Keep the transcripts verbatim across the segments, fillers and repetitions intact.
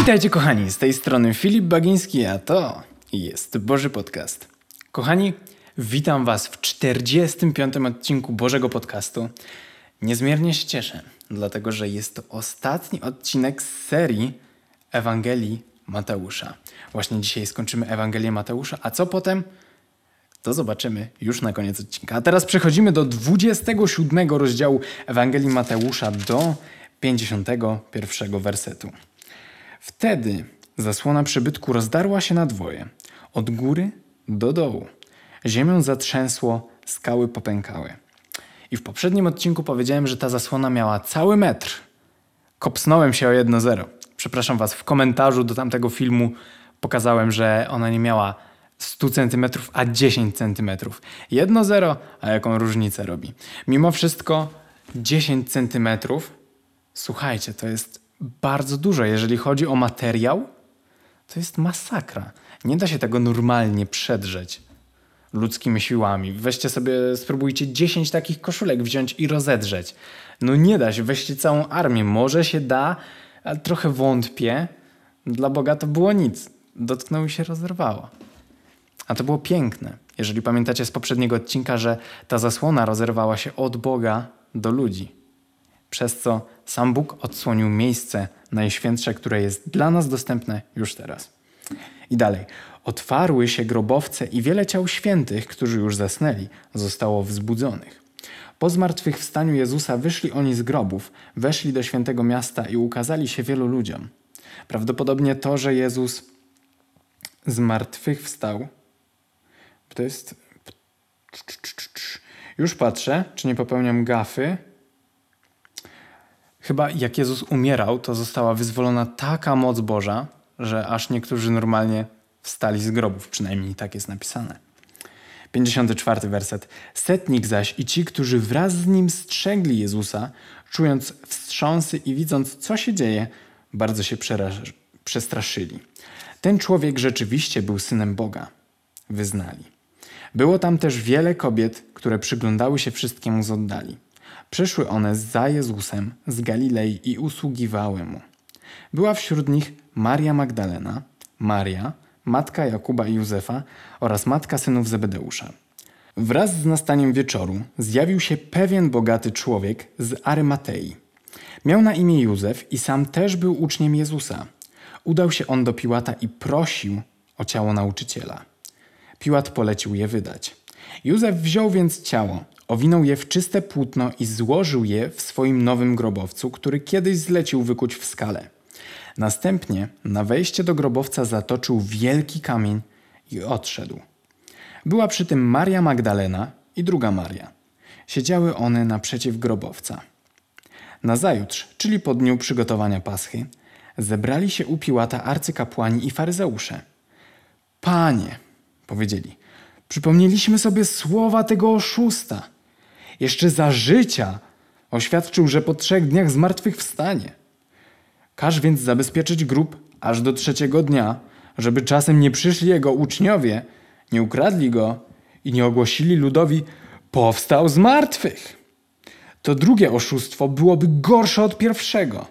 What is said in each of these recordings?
Witajcie kochani, z tej strony Filip Bagiński, a to jest Boży Podcast. Kochani, witam was w czterdziestym piątym odcinku Bożego Podcastu. Niezmiernie się cieszę, dlatego że jest to ostatni odcinek z serii Ewangelii Mateusza. Właśnie dzisiaj skończymy Ewangelię Mateusza, a co potem? To zobaczymy już na koniec odcinka. A teraz przechodzimy do dwudziestego siódmego rozdziału Ewangelii Mateusza do pięćdziesiątego pierwszego wersetu. Wtedy zasłona przybytku rozdarła się na dwoje, od góry do dołu. Ziemią zatrzęsło, skały popękały. I w poprzednim odcinku powiedziałem, że ta zasłona miała cały metr. Kopsnąłem się o jedno zero. Przepraszam was, w komentarzu do tamtego filmu pokazałem, że ona nie miała sto centymetrów, a dziesięć centymetrów. Jedno zero, a jaką różnicę robi. Mimo wszystko dziesięć centymetrów, słuchajcie, to jest bardzo dużo. Jeżeli chodzi o materiał, to jest masakra. Nie da się tego normalnie przedrzeć ludzkimi siłami. Weźcie sobie, spróbujcie dziesięć takich koszulek wziąć i rozedrzeć. No nie da się, weźcie całą armię. Może się da, ale trochę wątpię. Dla Boga to było nic. Dotknął i się rozerwało. A to było piękne. Jeżeli pamiętacie z poprzedniego odcinka, że ta zasłona rozerwała się od Boga do ludzi. Przez co sam Bóg odsłonił miejsce najświętsze, które jest dla nas dostępne już teraz. I dalej. Otwarły się grobowce i wiele ciał świętych, którzy już zasnęli, zostało wzbudzonych. Po zmartwychwstaniu Jezusa wyszli oni z grobów, weszli do świętego miasta i ukazali się wielu ludziom. Prawdopodobnie to, że Jezus zmartwychwstał, to jest... Już patrzę, czy nie popełniam gafy. Chyba jak Jezus umierał, to została wyzwolona taka moc Boża, że aż niektórzy normalnie wstali z grobów. Przynajmniej tak jest napisane. pięćdziesiąty czwarty werset. Setnik zaś i ci, którzy wraz z nim strzegli Jezusa, czując wstrząsy i widząc, co się dzieje, bardzo się przeraż- przestraszyli. Ten człowiek rzeczywiście był synem Boga. Wyznali. Było tam też wiele kobiet, które przyglądały się wszystkiemu z oddali. Przyszły one za Jezusem z Galilei i usługiwały Mu. Była wśród nich Maria Magdalena, Maria, matka Jakuba i Józefa oraz matka synów Zebedeusza. Wraz z nastaniem wieczoru zjawił się pewien bogaty człowiek z Arymatei. Miał na imię Józef i sam też był uczniem Jezusa. Udał się on do Piłata i prosił o ciało nauczyciela. Piłat polecił je wydać. Józef wziął więc ciało, owinął je w czyste płótno i złożył je w swoim nowym grobowcu, który kiedyś zlecił wykuć w skale. Następnie na wejście do grobowca zatoczył wielki kamień i odszedł. Była przy tym Maria Magdalena i druga Maria. Siedziały one naprzeciw grobowca. Nazajutrz, czyli po dniu przygotowania Paschy, zebrali się u Piłata arcykapłani i faryzeusze. Panie, powiedzieli, przypomnieliśmy sobie słowa tego oszusta. Jeszcze za życia oświadczył, że po trzech dniach zmartwychwstanie. Każ więc zabezpieczyć grób aż do trzeciego dnia, żeby czasem nie przyszli jego uczniowie, nie ukradli go i nie ogłosili ludowi, powstał z martwych. To drugie oszustwo byłoby gorsze od pierwszego.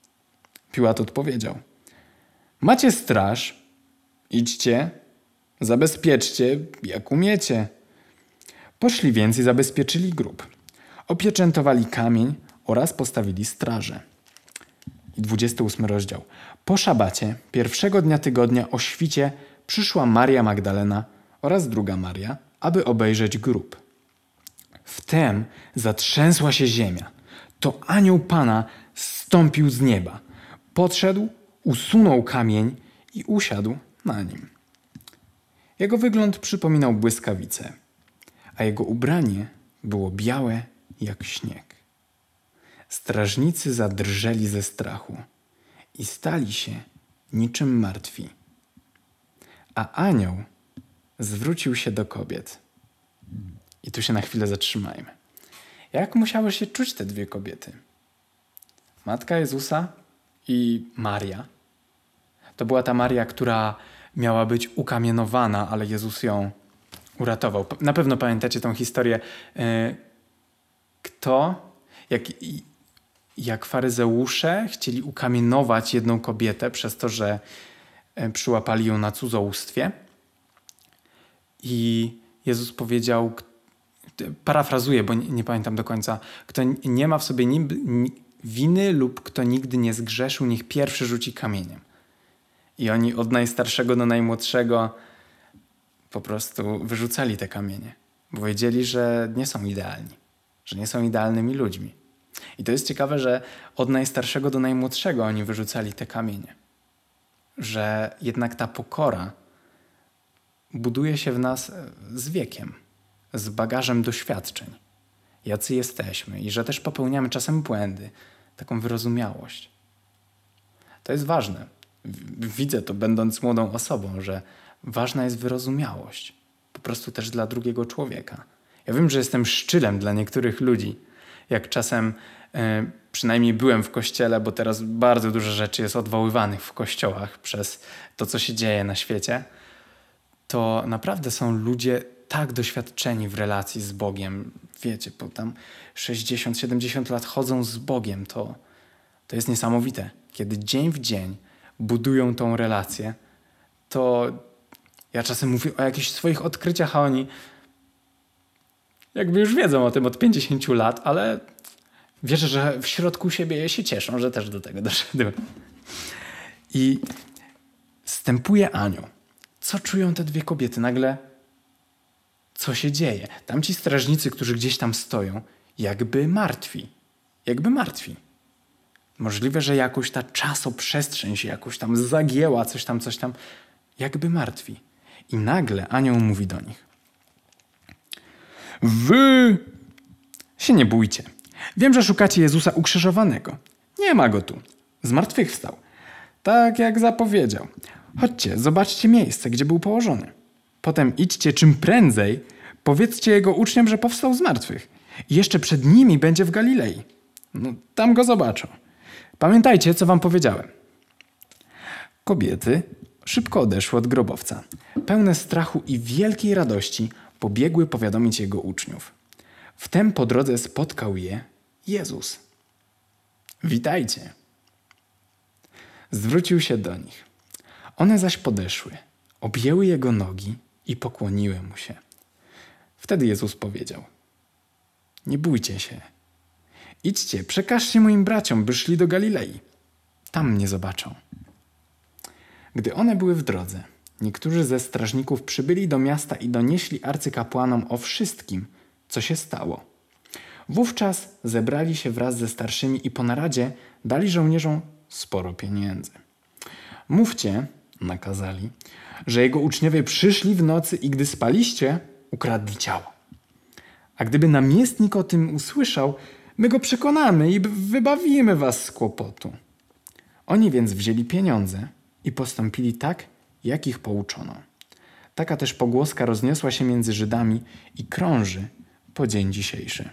Piłat odpowiedział, macie straż, idźcie, zabezpieczcie jak umiecie. Poszli więc i zabezpieczyli grób. Opieczętowali kamień oraz postawili straże. I dwudziesty ósmy rozdział. Po szabacie, pierwszego dnia tygodnia o świcie przyszła Maria Magdalena oraz druga Maria, aby obejrzeć grób. Wtem zatrzęsła się ziemia. To anioł Pana zstąpił z nieba. Podszedł, usunął kamień i usiadł na nim. Jego wygląd przypominał błyskawicę, a jego ubranie było białe jak śnieg. Strażnicy zadrżeli ze strachu i stali się niczym martwi. A anioł zwrócił się do kobiet. I tu się na chwilę zatrzymajmy. Jak musiały się czuć te dwie kobiety? Matka Jezusa i Maria. To była ta Maria, która miała być ukamienowana, ale Jezus ją uratował. Na pewno pamiętacie tą historię. Kto, jak jak faryzeusze chcieli ukamienować jedną kobietę przez to, że przyłapali ją na cudzołóstwie. I Jezus powiedział, parafrazuję, bo nie, nie pamiętam do końca, kto nie ma w sobie winy lub kto nigdy nie zgrzeszył, niech pierwszy rzuci kamieniem. I oni od najstarszego do najmłodszego po prostu wyrzucali te kamienie, bo wiedzieli, że nie są idealni, że nie są idealnymi ludźmi. I to jest ciekawe, że od najstarszego do najmłodszego oni wyrzucali te kamienie. Że jednak ta pokora buduje się w nas z wiekiem, z bagażem doświadczeń, jacy jesteśmy i że też popełniamy czasem błędy, taką wyrozumiałość. To jest ważne. Widzę to, będąc młodą osobą, że ważna jest wyrozumiałość, po prostu też dla drugiego człowieka. Ja wiem, że jestem szczylem dla niektórych ludzi, jak czasem e, przynajmniej byłem w kościele, bo teraz bardzo dużo rzeczy jest odwoływanych w kościołach przez to, co się dzieje na świecie, to naprawdę są ludzie tak doświadczeni w relacji z Bogiem. Wiecie, po tam sześćdziesiąt siedemdziesiąt lat chodzą z Bogiem, to, to jest niesamowite. Kiedy dzień w dzień budują tą relację, to ja czasem mówię o jakichś swoich odkryciach, a oni jakby już wiedzą o tym od pięćdziesięciu lat, ale wierzę, że w środku siebie się cieszą, że też do tego doszedłem. I wstępuje anioł. Co czują te dwie kobiety? Nagle co się dzieje? Tamci strażnicy, którzy gdzieś tam stoją, jakby martwi. Jakby martwi. Możliwe, że jakoś ta czasoprzestrzeń się jakoś tam zagięła, coś tam, coś tam. Jakby martwi. I nagle anioł mówi do nich. Wy się nie bójcie. Wiem, że szukacie Jezusa ukrzyżowanego. Nie ma go tu. Zmartwychwstał. Tak jak zapowiedział. Chodźcie, zobaczcie miejsce, gdzie był położony. Potem idźcie czym prędzej, powiedzcie jego uczniom, że powstał z martwych. I jeszcze przed nimi będzie w Galilei. No, tam go zobaczą. Pamiętajcie, co wam powiedziałem. Kobiety szybko odeszły od grobowca. Pełne strachu i wielkiej radości pobiegły powiadomić jego uczniów. Wtem po drodze spotkał je Jezus. Witajcie. Zwrócił się do nich. One zaś podeszły, objęły jego nogi i pokłoniły mu się. Wtedy Jezus powiedział: nie bójcie się. Idźcie, przekażcie moim braciom, by szli do Galilei. Tam mnie zobaczą. Gdy one były w drodze, niektórzy ze strażników przybyli do miasta i donieśli arcykapłanom o wszystkim, co się stało. Wówczas zebrali się wraz ze starszymi i po naradzie dali żołnierzom sporo pieniędzy. Mówcie, nakazali, że jego uczniowie przyszli w nocy i gdy spaliście, ukradli ciało. A gdyby namiestnik o tym usłyszał, my go przekonamy i wybawimy was z kłopotu. Oni więc wzięli pieniądze i postąpili tak, jak ich pouczono. Taka też pogłoska rozniosła się między Żydami i krąży po dzień dzisiejszy.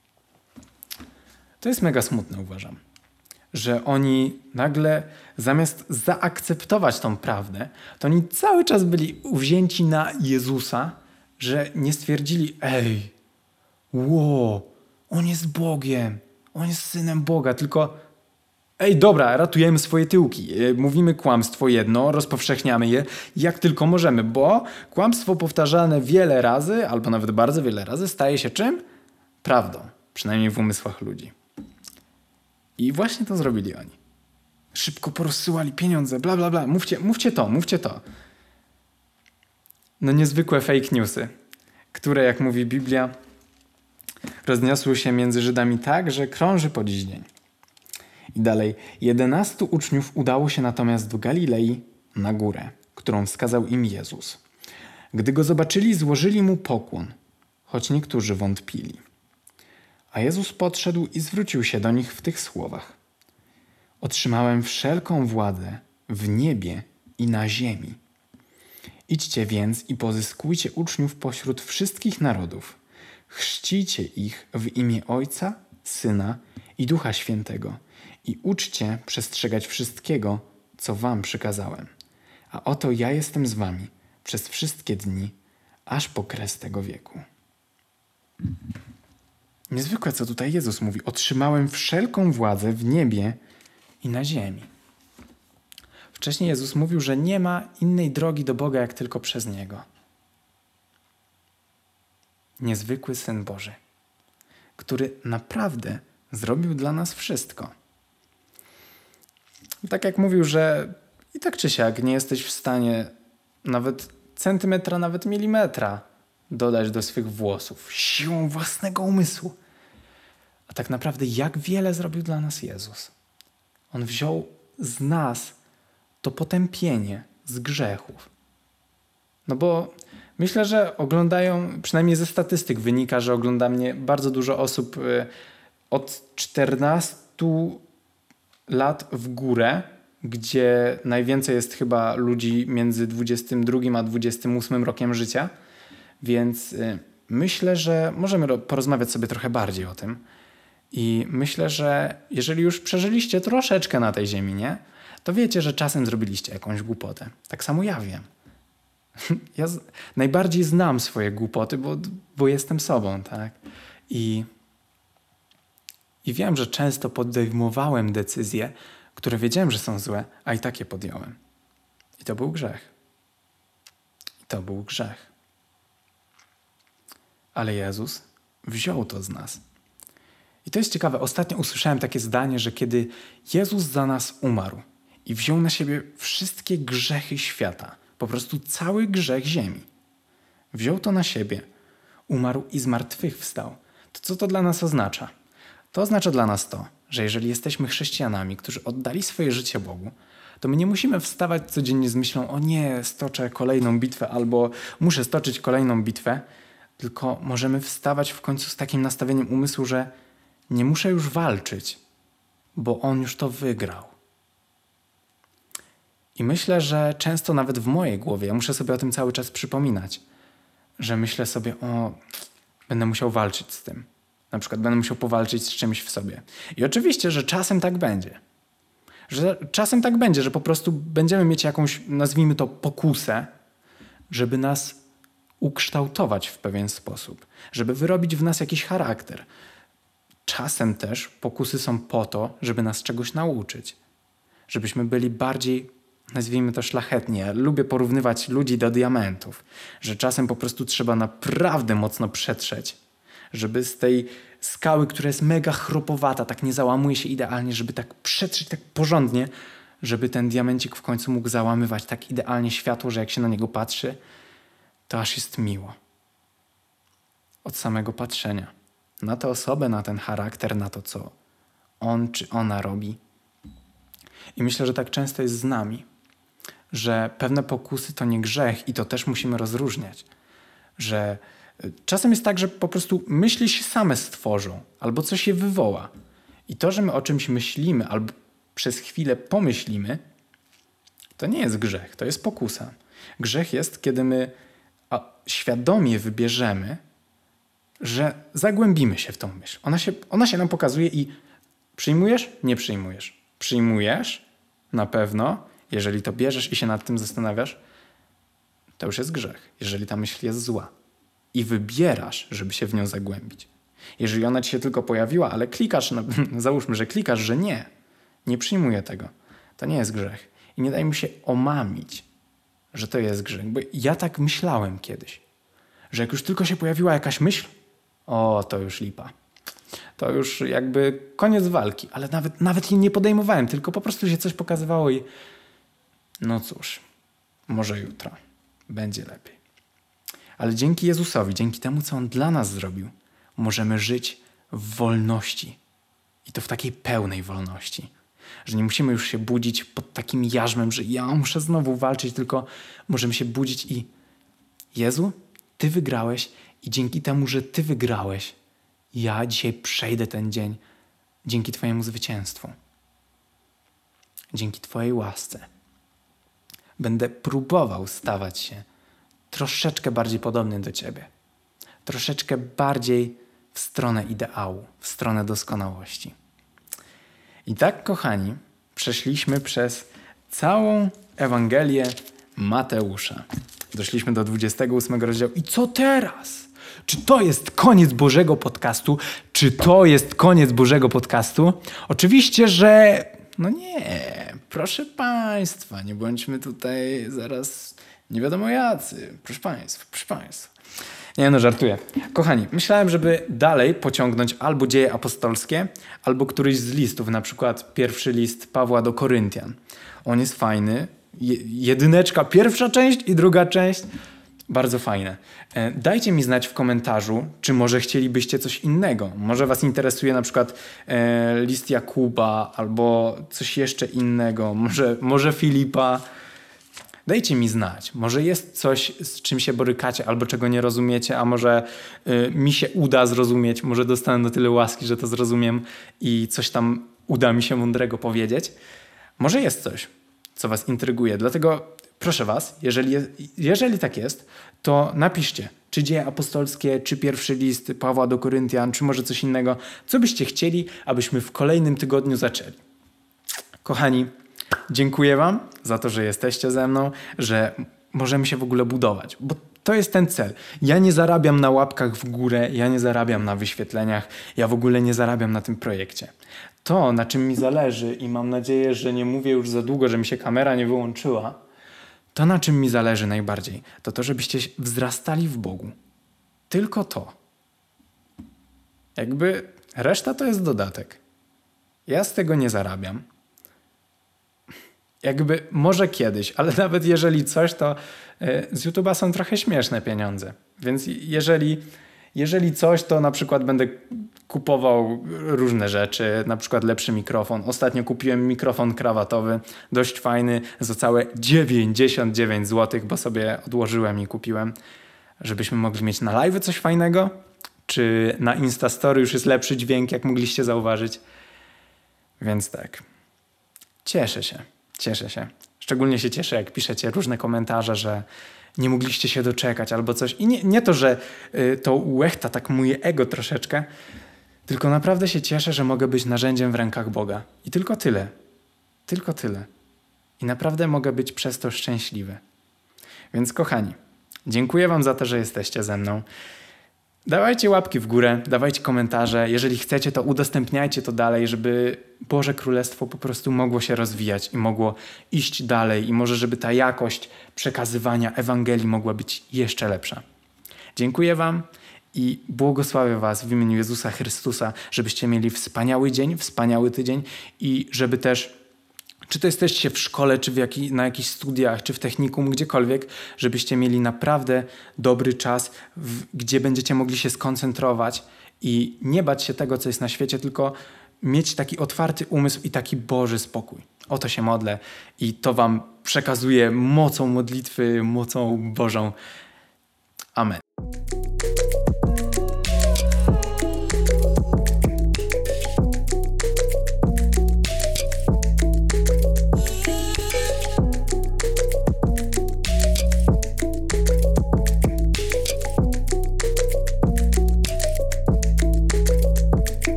To jest mega smutne, uważam, że oni nagle zamiast zaakceptować tą prawdę, to oni cały czas byli uwzięci na Jezusa, że nie stwierdzili: ej, ło, on jest Bogiem, on jest Synem Boga, tylko ej, dobra, ratujemy swoje tyłki, mówimy kłamstwo jedno, rozpowszechniamy je jak tylko możemy, bo kłamstwo powtarzane wiele razy, albo nawet bardzo wiele razy, staje się czym? Prawdą, przynajmniej w umysłach ludzi. I właśnie to zrobili oni. Szybko porozsyłali pieniądze, bla, bla, bla. Mówcie, mówcie to, mówcie to. No niezwykłe fake newsy, które, jak mówi Biblia, rozniosły się między Żydami tak, że krąży po dziś dzień. I dalej. Jedenastu uczniów udało się natomiast do Galilei na górę, którą wskazał im Jezus. Gdy go zobaczyli, złożyli mu pokłon, choć niektórzy wątpili. A Jezus podszedł i zwrócił się do nich w tych słowach. Otrzymałem wszelką władzę w niebie i na ziemi. Idźcie więc i pozyskujcie uczniów pośród wszystkich narodów. Chrzcijcie ich w imię Ojca, Syna i Ducha Świętego i uczcie przestrzegać wszystkiego, co wam przykazałem. A oto ja jestem z wami przez wszystkie dni, aż po kres tego wieku. Niezwykłe, co tutaj Jezus mówi. Otrzymałem wszelką władzę w niebie i na ziemi. Wcześniej Jezus mówił, że nie ma innej drogi do Boga, jak tylko przez Niego. Niezwykły Syn Boży, który naprawdę zrobił dla nas wszystko. Tak jak mówił, że i tak czy siak nie jesteś w stanie nawet centymetra, nawet milimetra dodać do swych włosów siłą własnego umysłu. A tak naprawdę jak wiele zrobił dla nas Jezus. On wziął z nas to potępienie z grzechów. No bo myślę, że oglądają, przynajmniej ze statystyk wynika, że ogląda mnie bardzo dużo osób od czternastu lat w górę, gdzie najwięcej jest chyba ludzi między dwudziestym drugim a dwudziestym ósmym rokiem życia. Więc myślę, że możemy porozmawiać sobie trochę bardziej o tym. I myślę, że jeżeli już przeżyliście troszeczkę na tej ziemi, nie? To wiecie, że czasem zrobiliście jakąś głupotę. Tak samo ja wiem. Ja z... najbardziej znam swoje głupoty, bo, bo jestem sobą, tak? I, I wiem, że często podejmowałem decyzje, które wiedziałem, że są złe, a i tak je podjąłem. I to był grzech. I to był grzech. Ale Jezus wziął to z nas. I to jest ciekawe. Ostatnio usłyszałem takie zdanie, że kiedy Jezus za nas umarł i wziął na siebie wszystkie grzechy świata, po prostu cały grzech ziemi, wziął to na siebie, umarł i zmartwychwstał, to co to dla nas oznacza? To oznacza dla nas to, że jeżeli jesteśmy chrześcijanami, którzy oddali swoje życie Bogu, to my nie musimy wstawać codziennie z myślą: o nie, stoczę kolejną bitwę albo muszę stoczyć kolejną bitwę, tylko możemy wstawać w końcu z takim nastawieniem umysłu, że nie muszę już walczyć, bo On już to wygrał. I myślę, że często nawet w mojej głowie, ja muszę sobie o tym cały czas przypominać, że myślę sobie: o, będę musiał walczyć z tym. Na przykład będę musiał powalczyć z czymś w sobie. I oczywiście, że czasem tak będzie. Że czasem tak będzie, że po prostu będziemy mieć jakąś, nazwijmy to, pokusę, żeby nas ukształtować w pewien sposób, żeby wyrobić w nas jakiś charakter. Czasem też pokusy są po to, żeby nas czegoś nauczyć. Żebyśmy byli bardziej, nazwijmy to, szlachetni. Ja lubię porównywać ludzi do diamentów. Że czasem po prostu trzeba naprawdę mocno przetrzeć, żeby z tej skały, która jest mega chropowata, tak nie załamuje się idealnie, żeby tak przetrzeć tak porządnie, żeby ten diamencik w końcu mógł załamywać tak idealnie światło, że jak się na niego patrzy, to aż jest miło. Od samego patrzenia na tę osobę, na ten charakter, na to, co on czy ona robi. I myślę, że tak często jest z nami, że pewne pokusy to nie grzech i to też musimy rozróżniać. Że czasem jest tak, że po prostu myśli się same stworzą albo coś je wywoła. I to, że my o czymś myślimy albo przez chwilę pomyślimy, to nie jest grzech, to jest pokusa. Grzech jest, kiedy my świadomie wybierzemy, że zagłębimy się w tą myśl. Ona się, ona się nam pokazuje i przyjmujesz? Nie przyjmujesz. Przyjmujesz? Na pewno. Jeżeli to bierzesz i się nad tym zastanawiasz, to już jest grzech. Jeżeli ta myśl jest zła. I wybierasz, żeby się w nią zagłębić. Jeżeli ona ci się tylko pojawiła, ale klikasz, no, załóżmy, że klikasz, że nie, nie przyjmuję tego, to nie jest grzech. I nie daj mi się omamić, że to jest grzech. Bo ja tak myślałem kiedyś, że jak już tylko się pojawiła jakaś myśl, o, to już lipa. To już jakby koniec walki. Ale nawet, nawet jej nie podejmowałem, tylko po prostu się coś pokazywało i no cóż, może jutro będzie lepiej. Ale dzięki Jezusowi, dzięki temu, co On dla nas zrobił, możemy żyć w wolności. I to w takiej pełnej wolności. Że nie musimy już się budzić pod takim jarzmem, że ja muszę znowu walczyć, tylko możemy się budzić i Jezu, Ty wygrałeś i dzięki temu, że Ty wygrałeś, ja dzisiaj przejdę ten dzień dzięki Twojemu zwycięstwu. Dzięki Twojej łasce. Będę próbował stawać się troszeczkę bardziej podobny do Ciebie. Troszeczkę bardziej w stronę ideału, w stronę doskonałości. I tak, kochani, przeszliśmy przez całą Ewangelię Mateusza. Doszliśmy do dwudziestego ósmego rozdziału. I co teraz? Czy to jest koniec Bożego podcastu? Czy to jest koniec Bożego podcastu? Oczywiście, że no nie, proszę Państwa, nie bądźmy tutaj zaraz nie wiadomo jacy. Proszę Państwa, proszę Państwa. Nie no, żartuję. Kochani, myślałem, żeby dalej pociągnąć albo dzieje apostolskie, albo któryś z listów, na przykład pierwszy list Pawła do Koryntian. On jest fajny. Je- jedyneczka, pierwsza część i druga część. Bardzo fajne. E, Dajcie mi znać w komentarzu, czy może chcielibyście coś innego. Może was interesuje na przykład e, list Jakuba albo coś jeszcze innego. Może, może Filipa. Dajcie mi znać. Może jest coś, z czym się borykacie albo czego nie rozumiecie, a może y, mi się uda zrozumieć. Może dostanę do tyle łaski, że to zrozumiem i coś tam uda mi się mądrego powiedzieć. Może jest coś, co was intryguje. Dlatego proszę was, jeżeli, je, jeżeli tak jest, to napiszcie, czy dzieje apostolskie, czy pierwszy list Pawła do Koryntian, czy może coś innego. Co byście chcieli, abyśmy w kolejnym tygodniu zaczęli. Kochani, dziękuję wam za to, że jesteście ze mną, że możemy się w ogóle budować, bo to jest ten cel. Ja nie zarabiam na łapkach w górę, ja nie zarabiam na wyświetleniach, ja w ogóle nie zarabiam na tym projekcie. To, na czym mi zależy i mam nadzieję, że nie mówię już za długo, że mi się kamera nie wyłączyła, to, na czym mi zależy najbardziej, to to, żebyście wzrastali w Bogu. Tylko to. Jakby reszta to jest dodatek. Ja z tego nie zarabiam. Jakby może kiedyś, ale nawet jeżeli coś, to z YouTube'a są trochę śmieszne pieniądze. Więc jeżeli, jeżeli coś, to na przykład będę kupował różne rzeczy, na przykład lepszy mikrofon. Ostatnio kupiłem mikrofon krawatowy, dość fajny, za całe dziewięćdziesiąt dziewięć złotych, bo sobie odłożyłem i kupiłem, żebyśmy mogli mieć na live coś fajnego, czy na Instastory już jest lepszy dźwięk, jak mogliście zauważyć. Więc tak, cieszę się. Cieszę się. Szczególnie się cieszę, jak piszecie różne komentarze, że nie mogliście się doczekać albo coś. I nie, nie to, że y, to łechta tak moje ego troszeczkę, tylko naprawdę się cieszę, że mogę być narzędziem w rękach Boga. I tylko tyle. Tylko tyle. I naprawdę mogę być przez to szczęśliwy. Więc kochani, dziękuję wam za to, że jesteście ze mną. Dawajcie łapki w górę, dawajcie komentarze. Jeżeli chcecie, to udostępniajcie to dalej, żeby Boże Królestwo po prostu mogło się rozwijać i mogło iść dalej i może żeby ta jakość przekazywania Ewangelii mogła być jeszcze lepsza. Dziękuję wam i błogosławię was w imieniu Jezusa Chrystusa, żebyście mieli wspaniały dzień, wspaniały tydzień i żeby też, czy to jesteście w szkole, czy w jaki, na jakichś studiach, czy w technikum, gdziekolwiek, żebyście mieli naprawdę dobry czas, w, gdzie będziecie mogli się skoncentrować i nie bać się tego, co jest na świecie, tylko mieć taki otwarty umysł i taki Boży spokój. O to się modlę i to wam przekazuję mocą modlitwy, mocą Bożą.